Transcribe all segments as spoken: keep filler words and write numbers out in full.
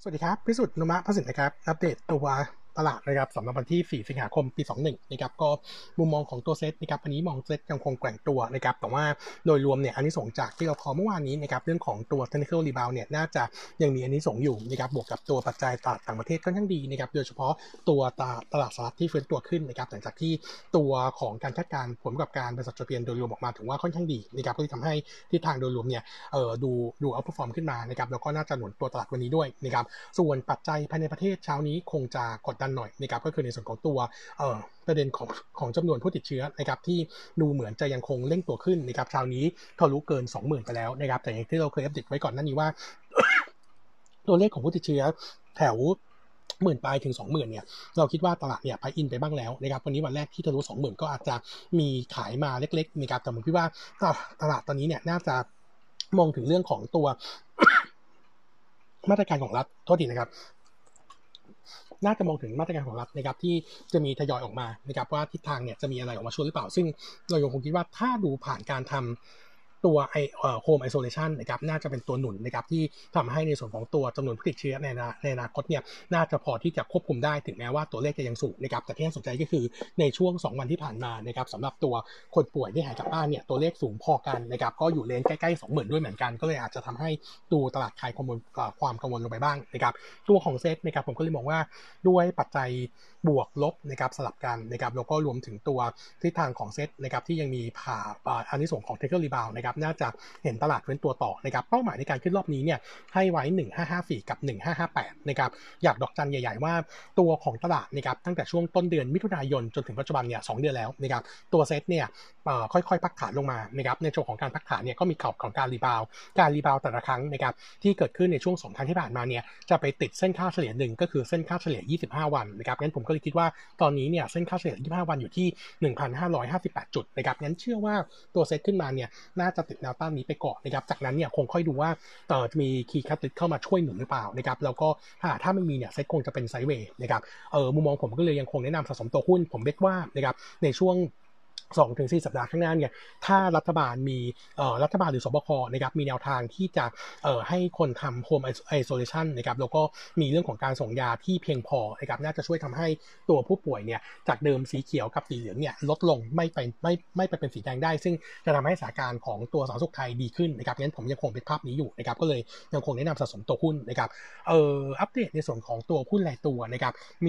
สวัสดีครับพิสุทธิ์นุมะพสินนะครับอัปเดตตัวตลาดนะครับสำหรับวันที่สี่สิงหาคมปีสองพันยี่สิบเอ็ดนะครับก็มุมมองของตัวเซตนะครับวันนี้มองเซตยังคงแกว่งตัวนะครับแต่ว่าโดยรวมเนี่ยอันนี้ส่งจากที่เราพอเมื่อวานนี้นะครับเรื่องของตัว technical rebound เนี่ยน่าจะยังมีอันนี้ส่งอยู่นะครับบวกกับตัวปัจจัยตลาดต่างประเทศค่อนข้างดีนะครับโดยเฉพาะตัวตลาดสหรัฐที่ฟื้นตัวขึ้นนะครับหลังจากที่ตัวของการคาดการณ์ผลประกอบการบริษัทจดทะเบียนโดยรวมออกมาถือว่าค่อนข้างดีนะครับก็เลยทำให้ทิศทางโดยรวมเนี่ยเอ่อดูดู outperform ขึ้นมานะครับแล้วก็น่าจะหนุนตัวตลาดวันนี้ด้วยนะครับส่วนปัจจัยภายในประเทศเช้านี้คงจะกดดันหน่อยนะครับก็คือในส่วนของตัวเอ่อประเด็นของของจำนวนผู้ติดเชื้อนะครับที่ดูเหมือนจะยังคงเร่งตัวขึ้นนะครับเช้านี้ทะลุเกิน สองหมื่น ไปแล้วนะครับแต่อย่างที่เราเคยอัปเดตไว้ก่อนหน้านี้ว่า ตัวเลขของผู้ติดเชื้อแถวหมื่นปลายถึง สองหมื่น เนี่ยเราคิดว่าตลาดเนี่ยไพรซ์อินไปบ้างแล้วนะครับวันนี้วันแรกที่ทะลุ สองหมื่น ก็อาจจะมีขายมาเล็กๆนะครับแต่ผมคิดว่าตลาดตอนนี้เนี่ยน่าจะมองถึงเรื่องของตัว มาตรการของรัฐโทษทีนะครับน่าจะมองถึงมาตรการของรัฐนะครับที่จะมีทยอยออกมานะครับว่าทิศทางเนี่ยจะมีอะไรออกมาช่วยหรือเปล่าซึ่งเรายังคงคิดว่าถ้าดูผ่านการทำตัวไอเอ่อ home isolation นะครับน่าจะเป็นตัวหนุนนะครับที่ทำให้ในส่วนของตัวจำนวนผู้ติดเชื้อในในอนาคตเนี่ยน่าจะพอที่จะควบคุมได้ถึงแม้ว่าตัวเลขจะยังสูงนะครับแต่ที่น่าสนใจก็คือในช่วงสองวันที่ผ่านมานะครับสำหรับตัวคนป่วยที่หายกลับบ้านเนี่ยตัวเลขสูงพอกันนะครับก็อยู่เลนใกล้ๆ สองหมื่น ด้วยเหมือนกันก็เลยอาจจะทำให้ตัวตลาดคลายความความกังวลลงไปบ้างนะครับตัวของเซตนะครับผมก็เลยมองว่าด้วยปัจจัยบวกลบนะครับสลับกันนะครับแล้วก็รวมถึงตัวทิศทางของเซตนะครับที่ยังมีผ่าอันนี้ส่งของ technical rebound นะครับน่าจะเห็นตลาดฟื้นตัวต่อนะครับเป้าหมายในการขึ้นรอบนี้เนี่ยให้ไว้หนึ่งพันห้าร้อยห้าสิบสี่กับหนึ่งพันห้าร้อยห้าสิบแปดนะครับอยากดอกจันใหญ่ๆว่าตัวของตลาดนะครับตั้งแต่ช่วงต้นเดือนมิถุนายนจนถึงปัจจุบันเนี่ยสองเดือนแล้วนะครับตัวเซตเนี่ยค่อยๆพักฐานลงมานะครับในช่วงของการพักฐานเนี่ยก็มีข่าวของการรีบาวการรีบาวแต่ละครั้งนะครับที่เกิดขึ้นในช่วงสองครั้งที่ผ่านมาเนี่ยจะไปติดเส้นค่าเฉลี่ยหนึ่งก็คือเส้นค่าเฉลี่ยยี่สิบห้าวันนะครับงั้นผมก็เลยคิดว่าตอนนี้เนี่ยเส้นค่าเฉลี่ยยี่สิบห้าวันอยู่ที่ หนึ่งพันห้าร้อยห้าสิบแปด จุดนะครับงั้นเชื่อว่าตัวเซตขึ้นมาเนี่ยน่าจะติดแนวต้านนี้ไปก่อนนะครับจากนั้นเนี่ยคงค่อยดูว่าเอ่อจะมีคีย์แคตลิสต์เข้ามาช่วยหนุนหรือเปล่านะครับแล้วก็ถ้าถ้าไม่มีเนี่ยเซตคงจะเป็นไซด์เวย์นะครับเอ่อมุมมองผมก็เลยยังคงแนะนำสะสมตัวหุ้นผมเบ็ดว่านะครับในช่วงสองถึงสี่ สัปดาห์ข้างหน้าเนี่ยถ้ารัฐบาลมีเอ่อรัฐบาลหรือสบคนะครับมีแนวทางที่จะเอ่อให้คนทำ home isolation นะครับแล้วก็มีเรื่องของการส่งยาที่เพียงพอนะครับน่าจะช่วยทำให้ตัวผู้ป่วยเนี่ยจากเดิมสีเขียวกับสีเหลืองเนี่ยลดลงไม่ไปไม่ไม่ไปเป็นสีแดงได้ซึ่งจะทำให้สถานการณ์ของตัวสาธารณสุขไทยดีขึ้นนะครับงั้นผมยังคงเป็นภาพนี้อยู่นะครับก็เลยยังคงแนะนำสะสมตัวหุ้นนะครับเอ่ออัปเดตในส่วนของตัวหุ้นรายตัวนะครับมี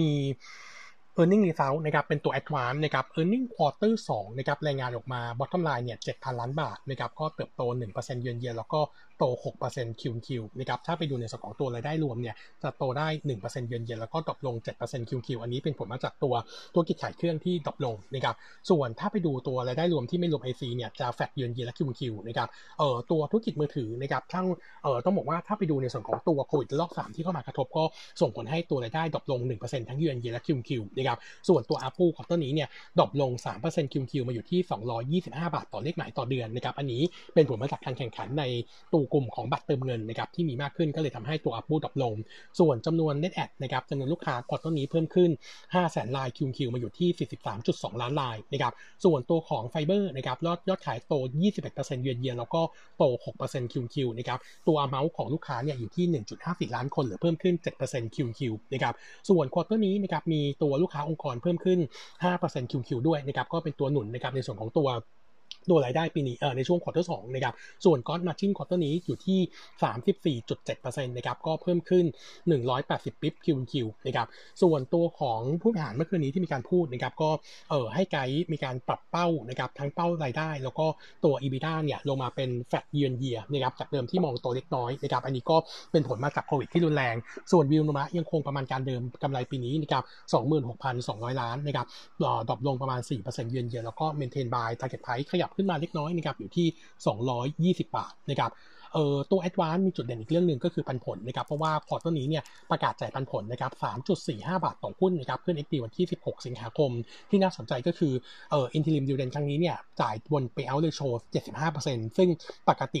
earning result นะครับเป็นตัว advance นะครับ earning quarter สองนะครับรายงานออกมา bottom line เนี่ย เจ็ดพัน ล้านบาทนะครับก็เติบโต หนึ่งเปอร์เซ็นต์ เยือนเยียแล้วก็โต หกเปอร์เซ็นต์ คิว คิว นะครับถ้าไปดูในส่วนของตัวรายได้รวมเนี่ยจะโตได้ หนึ่งเปอร์เซ็นต์ เยือนเยียแล้วก็ดรอปลง เจ็ดเปอร์เซ็นต์ คิว คิว อันนี้เป็นผลมาจากตัวธุรกิจขายเครื่องที่ดรอปลงนะครับส่วนถ้าไปดูตัวรายได้รวมที่ไม่รวม ไอ ซี เนี่ยจะแฟลตเยือนเยียและ คิว คิว นะครับเอ่อตัวธุรกิจมือถือนะครับทั้งเอ่อต้องบอกว่าถ้าไปดูในส่วนของตัวโควิดรอบสามที่เข้ามากระทบก็ส่งผลให้ตัวรายได้ดรอปลง หนึ่งเปอร์เซ็นต์ ทั้งเยือนเยียและ คิว คิว นะครับส่วนตัว อาร์ พี ยู ควอเตอร์นี้เนี่ยดรอปลง สามเปอร์เซ็นต์ คิว คิว มาอยู่ที่สองร้อยยี่สิบห้าบาทต่อเลขหมายต่อเดือนนะครับอันนี้เป็นผลมาจากการแข่งขันในตัวกลุ่มของบัตรเติมเงินนะครับที่มีมากขึ้นก็เลยทำให้ตัว อาร์ พี ยู ดรอปลงส่วนจำนวน Net Add นะครับจำนวนลูกค้าควอเตอร์นี้เพิ่มขึ้น ห้าแสน ราย คิว คิว มาอยู่ที่ สี่สิบสามจุดสอง ล้านรายนะครับส่วนตัวของไฟเบอร์นะครับยอดยอดขายโต ยี่สิบเอ็ดเปอร์เซ็นต์ เยือนเยียแล้วก็โต หกเปอร์เซ็นต์ คิว คิว นะครับตัว amount ของลูกค้าเนี่ยอยู่ที่ หนึ่งจุดห้าสี่ ล้านคนหรือเพิ่มขึ้น เจ็ดเปอร์เซ็นต์ คิว คิว นะครับส่วนควอเตอร์นี้นะครับมีตัวลูกค้าองค์กรเพิ่มขึ้น ห้าเปอร์เซ็นต์ คิว คิว ด้วยนะครับก็เป็นตัวหนุนนะครับในส่วนของตัวตัวรายได้ปีนี้เอ่อในช่วงควอเตอร์สองนะครับส่วน Gross Margin ควอเตอร์นี้อยู่ที่ สามสิบสี่จุดเจ็ดเปอร์เซ็นต์ นะครับก็เพิ่มขึ้นหนึ่งร้อยแปดสิบปิ๊บ คิว คิว นะครับส่วนตัวของผู้บริหารเมื่อคืนนี้ที่มีการพูดนะครับก็เอ่อให้ไกด์มีการปรับเป้านะครับทั้งเป้ารายได้แล้วก็ตัว EBITDA เนี่ยลงมาเป็นแฟลตเยือนเยียนะครับจากเดิมที่มองตัวเล็กน้อยนะครับอันนี้ก็เป็นผลมาจากโควิดที่รุนแรงส่วนวิวโนมะยังคงประมาณการเดิมกำไรปีนี้นะครับ สองหมื่นหกพันสองร้อย ล้านนะครับดรอปลงประมาณ สี่เปอร์เซ็นต์ เยือนเยียแล้วก็ maintain buy target price ขยับขึ้นมาเล็กน้อยนะครับอยู่ที่สองร้อยยี่สิบบาทนะครับเอ่อตัว Advance มีจุดเด่นอีกเรื่องนึงก็คือปันผลนะครับเพราะว่าควอเตอร์นี้เนี่ยประกาศจ่ายปันผลนะครับ สามจุดสี่ห้า บาทต่อหุ้นนะครับขึ้น เอ็กซ์ ดี วันที่สิบหกสิงหาคมที่น่าสนใจก็คือเอ่อ interim dividend ครั้งนี้เนี่ยจ่ายบน payout ratio เจ็ดสิบห้าเปอร์เซ็นต์ ซึ่งปกติเนี่ย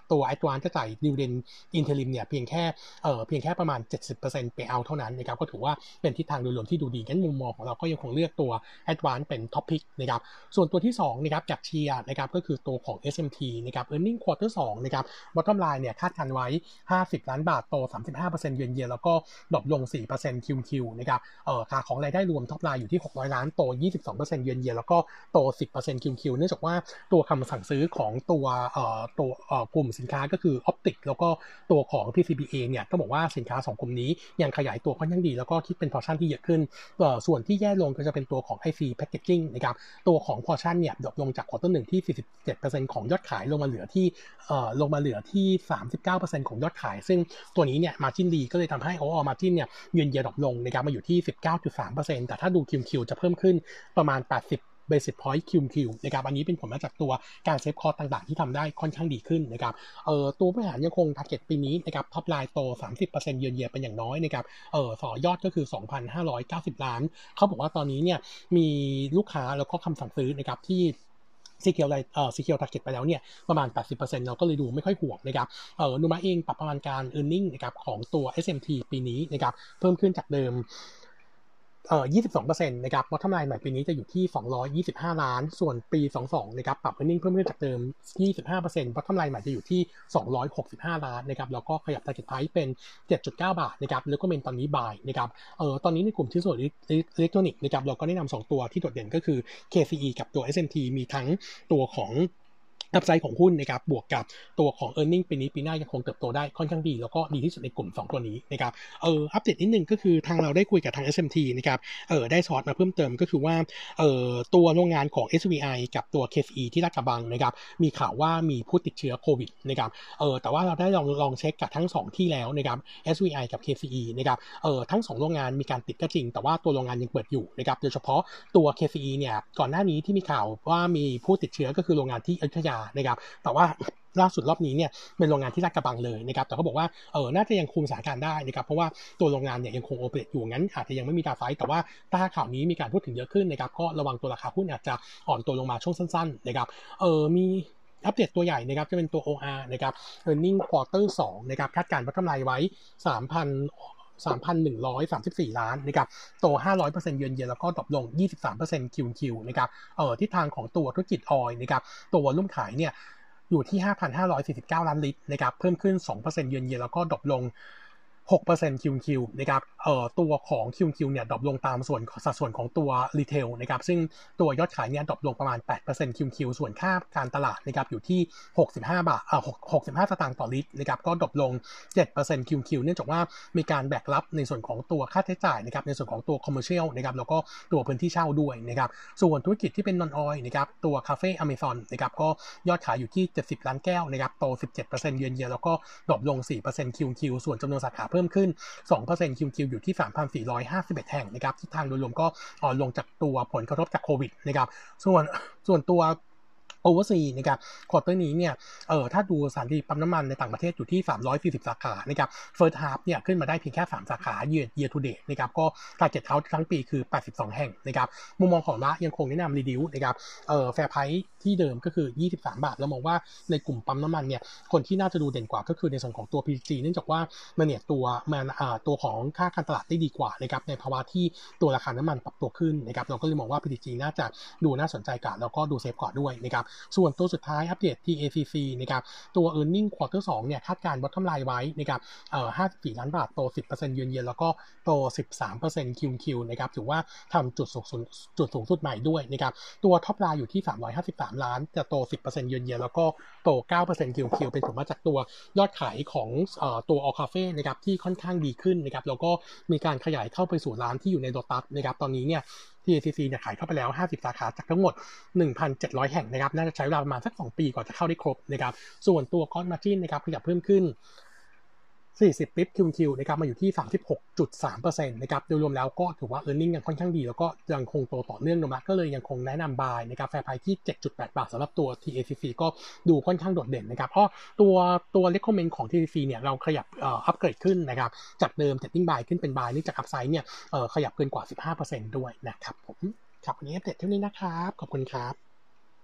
ตัว Advance จะจ่าย Dividend Interim เนี่ยเพียงแค่เอ่อเพียงแค่ประมาณ เจ็ดสิบเปอร์เซ็นต์ Payout เท่านั้นนะครับก็ถือว่าเป็นทิศทางโดยรวมที่ดูดีงั้นมุมมองของเราก็ยังคงเลือกตัว Advance เป็น Top Pick นะครับส่วนตัวที่สองนะครับจากเชียร์นะครับก็คือตัวของ เอส เอ็ม ที นะครับ Earning Quarter สองนะครับ Bottom Line เนี่ยคาดการไว้ห้าสิบล้านบาทโต สามสิบห้าเปอร์เซ็นต์ เยือนเยียแล้วก็ดรอปลง สี่เปอร์เซ็นต์ คิว คิว นะครับเอ่อค่าของรายได้รวม Top Line อยู่ที่หกร้อยล้านโต ยี่สิบสองเปอร์เซ็นต์ เยือนเยียแล้วก็โต สิบเปอร์เซ็นต์ คิว คิว เนื่องจากว่าตัวคำสั่งซื้อของตัวเอ่อตัวเอ่อกลุ่มสินค้าก็คือ Optic แล้วก็ตัวของ พี ซี บี เอ เนี่ยก็บอกว่าสินค้าสองกลุ่มนี้ยังขยายตัวค่อนข้างดีแล้วก็คิดเป็น portion ที่เยอะขึ้นเอ่อส่วนที่แย่ลงก็จะเป็นตัวของ ไอ ซี Packaging นะครับตัวของ portion เนี่ยดรอปลงจาก Quarter หนึ่งที่ สี่สิบเจ็ดเปอร์เซ็นต์ ของยอดขายลงมาเหลือที่เอ่อลงมาเหลือที่ สามสิบเก้าเปอร์เซ็นต์ ของยอดขายซึ่งตัวนี้เนี่ย margin ดีก็เลยทำให้ overall margin เนี่ยเยือนเยียดรอปลงนะครับมาอยู่ที่ สิบเก้าจุดสามเปอร์เซ็นต์ แต่ถ้าดู คิว คิว จะเพิ่มขึ้นประมาณแปดสิบbasis point คิว คิว นะครับอันนี้เป็นผลมาจากตัวการเซฟคอสต่างๆที่ทำได้ค่อนข้างดีขึ้นนะครับเอ่อตัวบริหารยังคง target ปีนี้นะครับท็อปไลน์โต สามสิบเปอร์เซ็นต์ เยือนเยียเป็นอย่างน้อยนะครับเอ่อต่อยอดก็คือ สองพันห้าร้อยเก้าสิบ ล้านเขาบอกว่าตอนนี้เนี่ยมีลูกค้าแล้วก็คำสั่งซื้อนะครับที่ซีเคียวไลเอ่อซีเคียวทาร์เก็ตไปแล้วเนี่ยประมาณ แปดสิบเปอร์เซ็นต์ เราก็เลยดูไม่ค่อยห่วงนะครับเอ่อนูมาเองปรับประมาณการ earning นะครับของตัว เอส เอ็ม ที ปีนี้นะครับเพิ่มขึ้นจากเดิมเอ่อ ยี่สิบสองเปอร์เซ็นต์ นะครับ Bottom Line ใหม่ปีนี้จะอยู่ที่สองร้อยยี่สิบห้าล้านส่วนปียี่สิบสองนะครับปรับ Earning เพิ่มขึ้นจากเดิม ยี่สิบห้าเปอร์เซ็นต์ Bottom Line ใหม่จะอยู่ที่สองร้อยหกสิบห้าล้านนะครับแล้วก็ขยับ Target Price เป็น เจ็ดจุดเก้า บาทนะครับแล้วก็เป็นตอนนี้ Buy นะครับเอ่อตอนนี้ในกลุ่มชิ้นส่วนอิเล็กทรอนิกส์นะครับเราก็แนะนำสองตัวที่โดดเด่นก็คือ เค ซี อี กับตัว เอส เอ็ม ที มีทั้งตัวของอัพไซด์ของหุ้นนะครับบวกกับตัวของ earning ปีนี้ปีหน้ายังคงเติบโตได้ค่อนข้างดีแล้วก็ดีที่สุดในกลุ่มสองตัวนี้นะครับเอ่ออัปเดตนิดนึงก็คือทางเราได้คุยกับทาง เอส เอ็ม ที นะครับเอ่อได้ซอสมาเพิ่มเติมก็คือว่าเอ่อตัวโรงงานของ เอส วี ไอ กับตัว เค ซี อี ที่ลาดกระบังนะครับมีข่าวว่ามีผู้ติดเชื้อโควิดนะครับเอ่อแต่ว่าเราได้ลองลองเช็คกับทั้งสองที่แล้วนะครับ เอส วี ไอ กับ เค ซี อี นะครับเอ่อทั้งสองโรงงานมีการติดก็จริงแต่ว่าตัวโรงงานยังเปิดอยู่นะครับโดยเฉพาะตัว เค ซี อี เนี่ยก่อนหน้านี้ที่มีข่าวว่ามีผู้ติดเชื้อก็คือโรงงานที่อยุธยานะครับแต่ว่าล่าสุดรอบนี้เนี่ยเป็นโรงงานที่ลาดกระบังเลยนะครับแต่เขาบอกว่าเออน่าจะยังคุมสถานการณ์ได้นะครับเพราะว่าตัวโรงงานเนี่ยยังคงโอเปเรตอยู่งั้นอาจจะยังไม่มีดาวไฟแต่ว่าถ้าข่าวนี้มีการพูดถึงเยอะขึ้นนะครับก็ระวังตัวราคาหุ้นอาจจะอ่อนตัวลงมาช่วงสั้นๆนะครับเออมีอัปเดตตัวใหญ่นะครับจะเป็นตัว โอ อาร์ นะครับ Earning Quarter สองนะครับคาดการณ์กำไรไว้ สามพันสามพันหนึ่งร้อยสามสิบสี่ล้านนะครับโต ห้าร้อยเปอร์เซ็นต์ เยือนเยียแล้วก็ดรอปลง ยี่สิบสามเปอร์เซ็นต์ คิว คิว นะครับเอ่อทิศทางของตัวธุรกิจออยล์นะครับตัววอลุ่มขายเนี่ยอยู่ที่ ห้าพันห้าร้อยสี่สิบเก้า ล้านลิตรนะครับเพิ่มขึ้น สองเปอร์เซ็นต์ เยือนเยียแล้วก็ดรอปลงหกเปอร์เซ็นต์ คิว คิว นะครับเอ่อตัวของ คิว คิว เนี่ยดรอปลงตามส่วนสัดส่วนของตัวรีเทลนะครับซึ่งตัวยอดขายเนี่ยดรอปลงประมาณ แปดเปอร์เซ็นต์ คิว คิว ส่วนค่าการตลาดนะครับอยู่ที่หกสิบห้าบาทเอ่อหกสิบห้าสตางค์ต่อลิตรนะครับก็ดรอปลง เจ็ดเปอร์เซ็นต์ คิว คิว เนื่องจากว่ามีการแบกรับในส่วนของตัวค่าใช้จ่ายนะครับในส่วนของตัว commercial นะครับแล้วก็ตัวพื้นที่เช่าด้วยนะครับส่วนธุรกิจที่เป็น non oil นะครับตัวคาเฟ่ Amazon นะครับก็ยอดขายอยู่ที่เจ็ดสิบล้านแก้วนะครับโต สิบเจ็ดเปอร์เซ็นต์ เยือนเยียแล้วก็ดรอปลง สี่เปอร์เซ็นต์ คิว คิว ส่วนจำนวนสาขาเพิ่มขึ้น สองเปอร์เซ็นต์ คิว คิว อยู่ที่ สามพันสี่ร้อยห้าสิบเอ็ด แห่งนะครับทิศทางโดยรวมก็อ่อนลงจากตัวผลกระทบจากโควิดนะครับส่วนส่วนตัวโอเวอร์ซีนะครับควอเตอร์นี้เนี่ยเอ่อถ้าดูสถานที่ปั๊มน้ำมันในต่างประเทศอยู่ที่สามร้อยสี่สิบสาขานะครับเฟิร์สฮาล์ฟเนี่ยขึ้นมาได้เพียงแค่สามสาขาเยียร์เยียร์ทูเดย์นะครับก็ทาร์เก็ตเขาทั้งปีคือแปดสิบสองแห่งนะครับมุมมองของละยังคงแนะนำรีดิวนะครับเอ่อแฟร์ไพรซ์ที่เดิมก็คือยี่สิบสามบาทแล้วมองว่าในกลุ่มปั๊มน้ำมันเนี่ยคนที่น่าจะดูเด่นกว่าก็คือในส่วนของตัว พี ที จี เนื่องจากว่ามันเนี่ยตัวมันอ่าตัวของค่าการตลาดได้ดีกว่านะครับในภาวะที่ตัวราคาน้ำมันปรับตัวขึ้นนะครับเราก็เลยมองว่า พี ที จี น่าจะดูน่าสนใจกว่าแล้วก็ดูเซฟกว่าด้วยนะครับส่วนตัวสุดท้ายอัปเดต ที เอ ซี ซี นะครับตัว earning quarter สองเนี่ยคาดการณ์ bottom line ไว้นะครับเอ่อห้าสิบสี่ล้านบาทโต สิบเปอร์เซ็นต์ เยือนเยียแล้วก็โต สิบสามเปอร์เซ็นต์ คิว คิว นะครับถือว่าทำจุดสูงสุดจุดสูงสุดใหม่ด้วยนะครับตัว top line อยู่ที่สามร้อยห้าสิบสามล้านจะโต สิบเปอร์เซ็นต์ เยือนเยียแล้วก็โต เก้าเปอร์เซ็นต์ คิว คิว เป็นผลมาจากตัวยอดขายของเอ่อตัว All Cafe นะครับที่ค่อนข้างดีขึ้นนะครับแล้วก็มีการขยายเข้าไปสู่ร้านที่อยู่ในโลตัสนะครับตอนนี้เนี่ยที เอ ซี ซี เนี่ยขายเข้าไปแล้วห้าสิบสาขาจากทั้งหมด หนึ่งพันเจ็ดร้อย แห่งนะครับน่าจะใช้เวลาประมาณสักสองปีก่อนจะเข้าได้ครบนะครับส่วนตัว Cost Margin นะครับขยับเพิ่มขึ้นสี่สิบปิ๊บ คิว คิว นะครับมาอยู่ที่ สามสิบหกจุดสามเปอร์เซ็นต์ นะครับโดยรวมแล้วก็ถือว่า earning ยังค่อนข้างดีแล้วก็ยังคงโตต่อเนื่องนะก็เลยยังคงแนะนำ buy นะครับแฟร์ไพรซ์ที่ เจ็ดจุดแปด บาทสำหรับตัว ที เอ ซี ซี ก็ดูค่อนข้างโดดเด่นนะครับเพราะตัวตัว recommend ของ ที เอ ซี ซี เนี่ยเราขยับเอ่ออัปเกรดขึ้นนะครับจากเดิม setting buy ขึ้นเป็น buy นี่จาก upside เนี่ยเอ่อขยับเกินกว่า สิบห้าเปอร์เซ็นต์ ด้วยนะครับผมครับวันนี้อัปเดตเท่านี้นะครับขอบคุณครับ